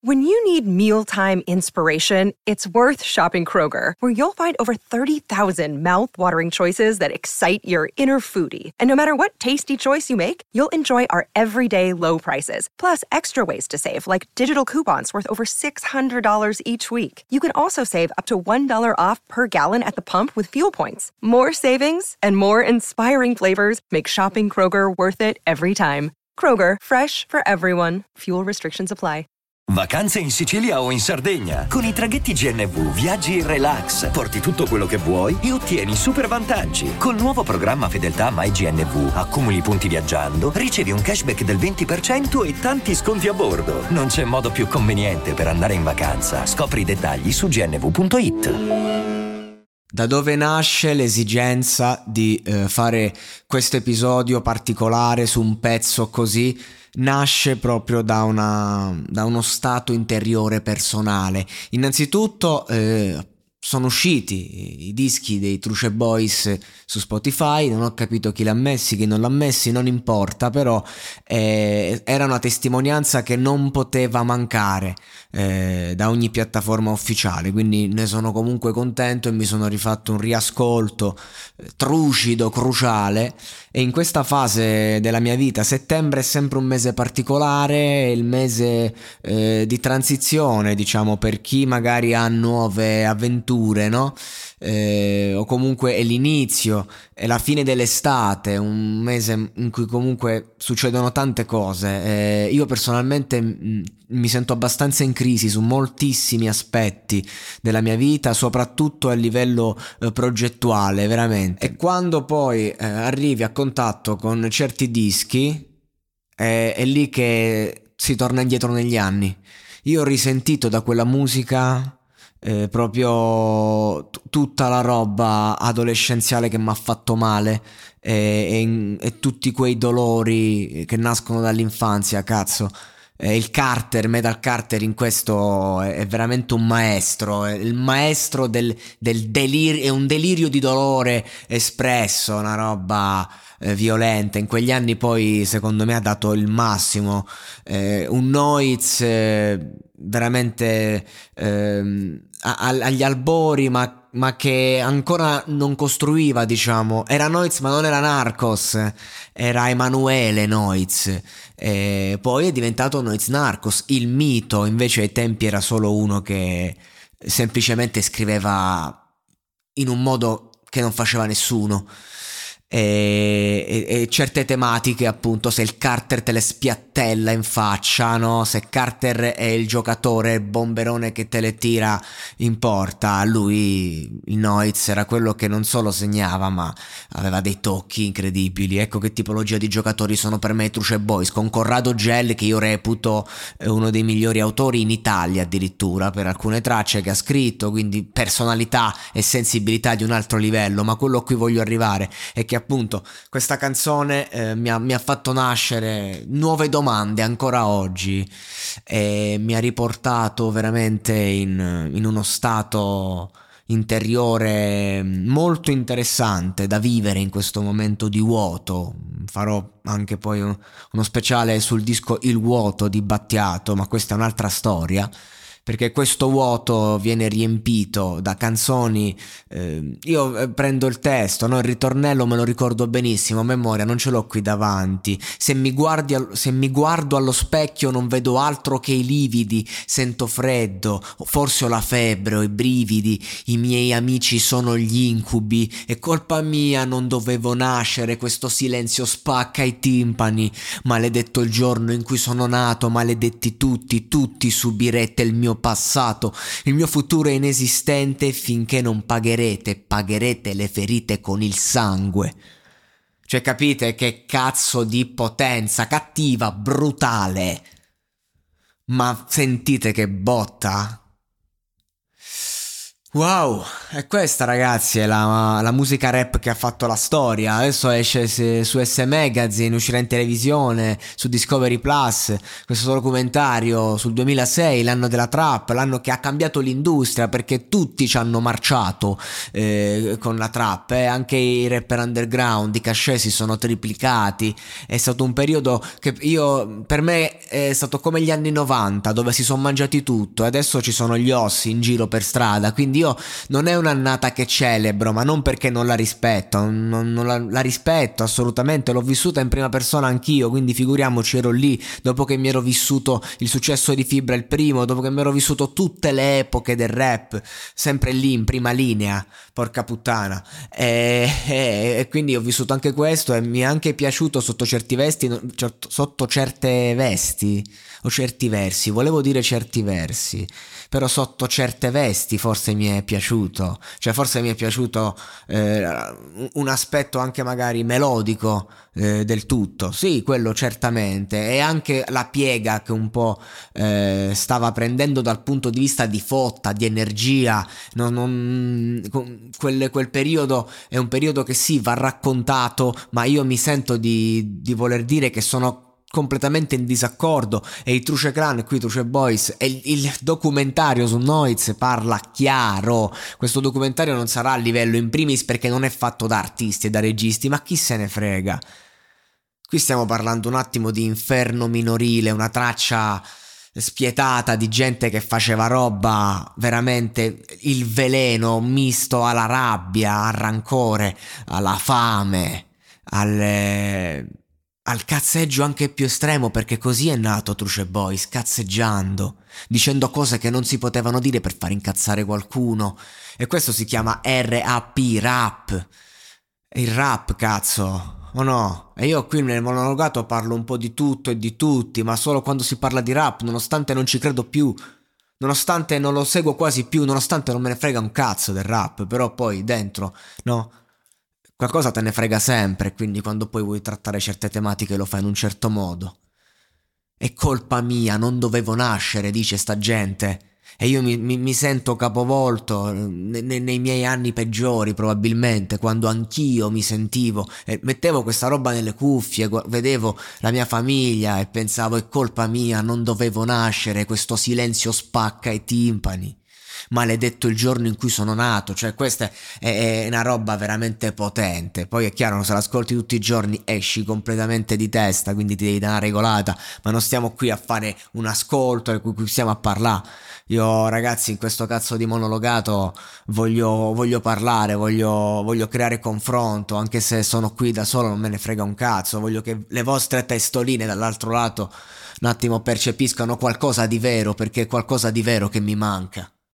When you need mealtime inspiration, it's worth shopping Kroger, where you'll find over 30,000 mouth-watering choices that excite your inner foodie. And no matter what tasty choice you make, you'll enjoy our everyday low prices, plus extra ways to save, like digital coupons worth over $600 each week. You can also save up to $1 off per gallon at the pump with fuel points. More savings and more inspiring flavors make shopping Kroger worth it every time. Kroger, fresh for everyone. Fuel restrictions apply. Vacanze in Sicilia o in Sardegna. Con i traghetti GNV viaggi in relax, porti tutto quello che vuoi e ottieni super vantaggi. Col nuovo programma Fedeltà MyGNV accumuli punti viaggiando, ricevi un cashback del 20% e tanti sconti a bordo. Non c'è modo più conveniente per andare in vacanza. Scopri i dettagli su gnv.it. Da dove nasce l'esigenza di fare questo episodio particolare su un pezzo così? Nasce proprio da uno stato interiore personale. Innanzitutto sono usciti i dischi dei Truce Boys su Spotify, non ho capito chi l'ha messi, chi non l'ha messi, non importa, però era una testimonianza che non poteva mancare da ogni piattaforma ufficiale, quindi ne sono comunque contento e mi sono rifatto un riascolto trucido, cruciale. E in questa fase della mia vita, settembre è sempre un mese particolare, è il mese di transizione, diciamo, per chi magari ha nuove avventure, no? O comunque è l'inizio, è la fine dell'estate, un mese in cui comunque succedono tante cose. Io personalmente mi sento abbastanza in crisi su moltissimi aspetti della mia vita, soprattutto a livello progettuale, veramente. E quando poi arrivi a contatto con certi dischi, è lì che si torna indietro negli anni. Io ho risentito da quella musica proprio tutta la roba adolescenziale che mi ha fatto male e tutti quei dolori che nascono dall'infanzia, cazzo. Il Carter, Metal Carter in questo è veramente un maestro, è il maestro del delirio, è un delirio di dolore espresso, una roba violenta. In quegli anni poi secondo me ha dato il massimo, un Noiz veramente agli albori, ma che ancora non costruiva, diciamo. Era Noiz ma non era Narcos, era Emanuele Noiz, poi è diventato Noiz Narcos. Il mito invece ai tempi era solo uno che semplicemente scriveva in un modo che non faceva nessuno. E certe tematiche, appunto, se il Carter te le spiattella in faccia, no? Se Carter è il giocatore, il bomberone che te le tira in porta, lui, il Noiz, era quello che non solo segnava ma aveva dei tocchi incredibili. Ecco che tipologia di giocatori sono per me i Truce Boys, con Corrado Gel, che io reputo uno dei migliori autori in Italia addirittura per alcune tracce che ha scritto, quindi personalità e sensibilità di un altro livello. Ma quello a cui voglio arrivare è che appunto questa canzone mi ha fatto nascere nuove domande ancora oggi e mi ha riportato veramente in uno stato interiore molto interessante da vivere in questo momento di vuoto. Farò anche poi uno speciale sul disco Il Vuoto di Battiato, ma questa è un'altra storia, perché questo vuoto viene riempito da canzoni. Io prendo il testo, no? Il ritornello me lo ricordo benissimo a memoria, non ce l'ho qui davanti. Se mi guardo allo specchio non vedo altro che i lividi, sento freddo, forse ho la febbre o i brividi, i miei amici sono gli incubi, è colpa mia, non dovevo nascere, questo silenzio spacca i timpani, maledetto il giorno in cui sono nato, maledetti tutti subirete il mio passato, il mio futuro è inesistente finché non pagherete le ferite con il sangue. Cioè, capite che cazzo di potenza, cattiva, brutale, ma sentite che botta. Wow, e questa ragazzi è la musica rap che ha fatto la storia. Adesso esce su S Magazine, uscirà in televisione, su Discovery Plus, questo documentario sul 2006, l'anno della trap, l'anno che ha cambiato l'industria perché tutti ci hanno marciato con la trap, anche i rapper underground, i cachet si sono triplicati. È stato un periodo che per me è stato come gli anni 90 dove si sono mangiati tutto e adesso ci sono gli ossi in giro per strada, quindi io non è un'annata che celebro, ma non perché non la rispetto, non la rispetto assolutamente, l'ho vissuta in prima persona anch'io, quindi figuriamoci, ero lì dopo che mi ero vissuto il successo di Fibra il primo, dopo che mi ero vissuto tutte le epoche del rap, sempre lì in prima linea, porca puttana, e quindi ho vissuto anche questo e mi è anche piaciuto sotto certi sotto certe vesti o certi versi, volevo dire certi versi, però sotto certe vesti forse mi è piaciuto, cioè forse mi è piaciuto un aspetto anche magari melodico del tutto, sì, quello certamente, e anche la piega che un po' stava prendendo dal punto di vista di fotta, di energia, quel periodo è un periodo che sì, va raccontato, ma io mi sento di voler dire che sono completamente in disaccordo, e i Truce Clan qui, Truce Boys, e il documentario su Noiz parla chiaro. Questo documentario non sarà a livello in primis perché non è fatto da artisti e da registi, ma chi se ne frega. Qui stiamo parlando un attimo di inferno minorile, una traccia spietata di gente che faceva roba veramente, il veleno misto alla rabbia, al rancore, alla fame, al cazzeggio anche più estremo, perché così è nato Truce Boys, cazzeggiando, dicendo cose che non si potevano dire per far incazzare qualcuno, e questo si chiama RAP, rap, il rap, cazzo, o no? E io qui nel monologato parlo un po' di tutto e di tutti, ma solo quando si parla di rap, nonostante non ci credo più, nonostante non lo seguo quasi più, nonostante non me ne frega un cazzo del rap, però poi dentro, no? Qualcosa te ne frega sempre, quindi quando poi vuoi trattare certe tematiche lo fai in un certo modo. È colpa mia, non dovevo nascere, dice sta gente. E io mi sento capovolto nei miei anni peggiori, probabilmente, quando anch'io mi sentivo e mettevo questa roba nelle cuffie, vedevo la mia famiglia e pensavo è colpa mia, non dovevo nascere, questo silenzio spacca i timpani. Maledetto il giorno in cui sono nato, cioè questa è una roba veramente potente. Poi è chiaro, se l'ascolti tutti i giorni esci completamente di testa, quindi ti devi dare una regolata, ma non stiamo qui a fare un ascolto, qui stiamo a parlare. Io ragazzi in questo cazzo di monologato voglio parlare, voglio creare confronto, anche se sono qui da solo non me ne frega un cazzo, voglio che le vostre testoline dall'altro lato un attimo percepiscano qualcosa di vero, perché è qualcosa di vero che mi manca.